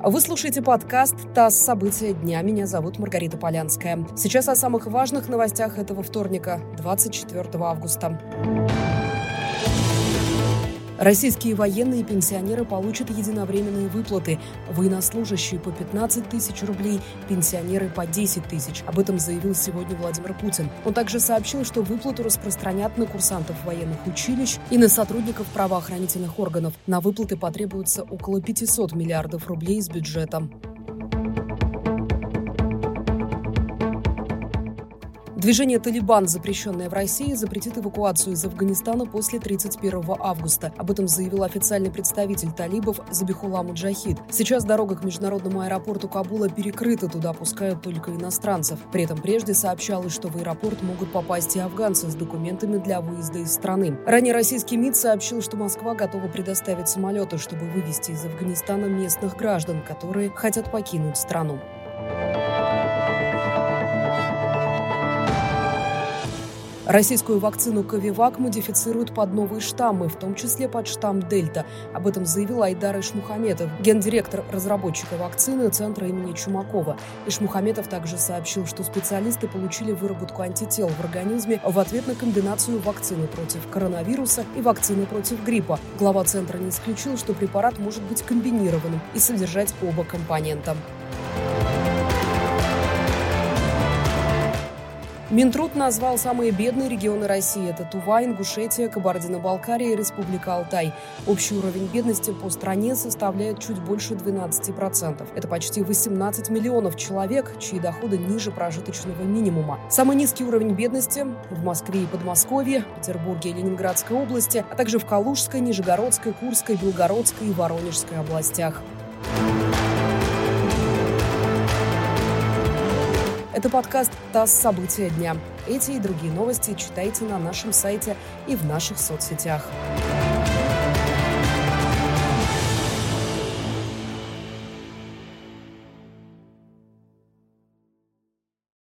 Вы слушаете подкаст «ТАСС. События дня». Меня зовут Маргарита Полянская. Сейчас о самых важных новостях этого вторника, 24 августа. Российские военные и пенсионеры получат единовременные выплаты. Военнослужащие по 15 тысяч рублей, пенсионеры по 10 тысяч. Об этом заявил сегодня Владимир Путин. Он также сообщил, что выплату распространят на курсантов военных училищ и на сотрудников правоохранительных органов. На выплаты потребуется около 500 миллиардов рублей из бюджета. Движение «Талибан», запрещенное в России, запретит эвакуацию из Афганистана после 31 августа. Об этом заявил официальный представитель талибов Забихулла Муджахид. Сейчас дорога к международному аэропорту Кабула перекрыта, туда пускают только иностранцев. При этом прежде сообщалось, что в аэропорт могут попасть и афганцы с документами для выезда из страны. Ранее российский МИД сообщил, что Москва готова предоставить самолеты, чтобы вывести из Афганистана местных граждан, которые хотят покинуть страну. Российскую вакцину «Ковивак» модифицируют под новые штаммы, в том числе под штамм «Дельта». Об этом заявил Айдар Ишмухаметов, гендиректор разработчика вакцины Центра имени Чумакова. Ишмухаметов также сообщил, что специалисты получили выработку антител в организме в ответ на комбинацию вакцины против коронавируса и вакцины против гриппа. Глава Центра не исключил, что препарат может быть комбинированным и содержать оба компонента. Минтруд назвал самые бедные регионы России. Это Тува, Ингушетия, Кабардино-Балкария и Республика Алтай. Общий уровень бедности по стране составляет чуть больше 12%. Это почти 18 миллионов человек, чьи доходы ниже прожиточного минимума. Самый низкий уровень бедности в Москве и Подмосковье, Петербурге и Ленинградской области, а также в Калужской, Нижегородской, Курской, Белгородской и Воронежской областях. Это подкаст «ТАСС. События дня». Эти и другие новости читайте на нашем сайте и в наших соцсетях.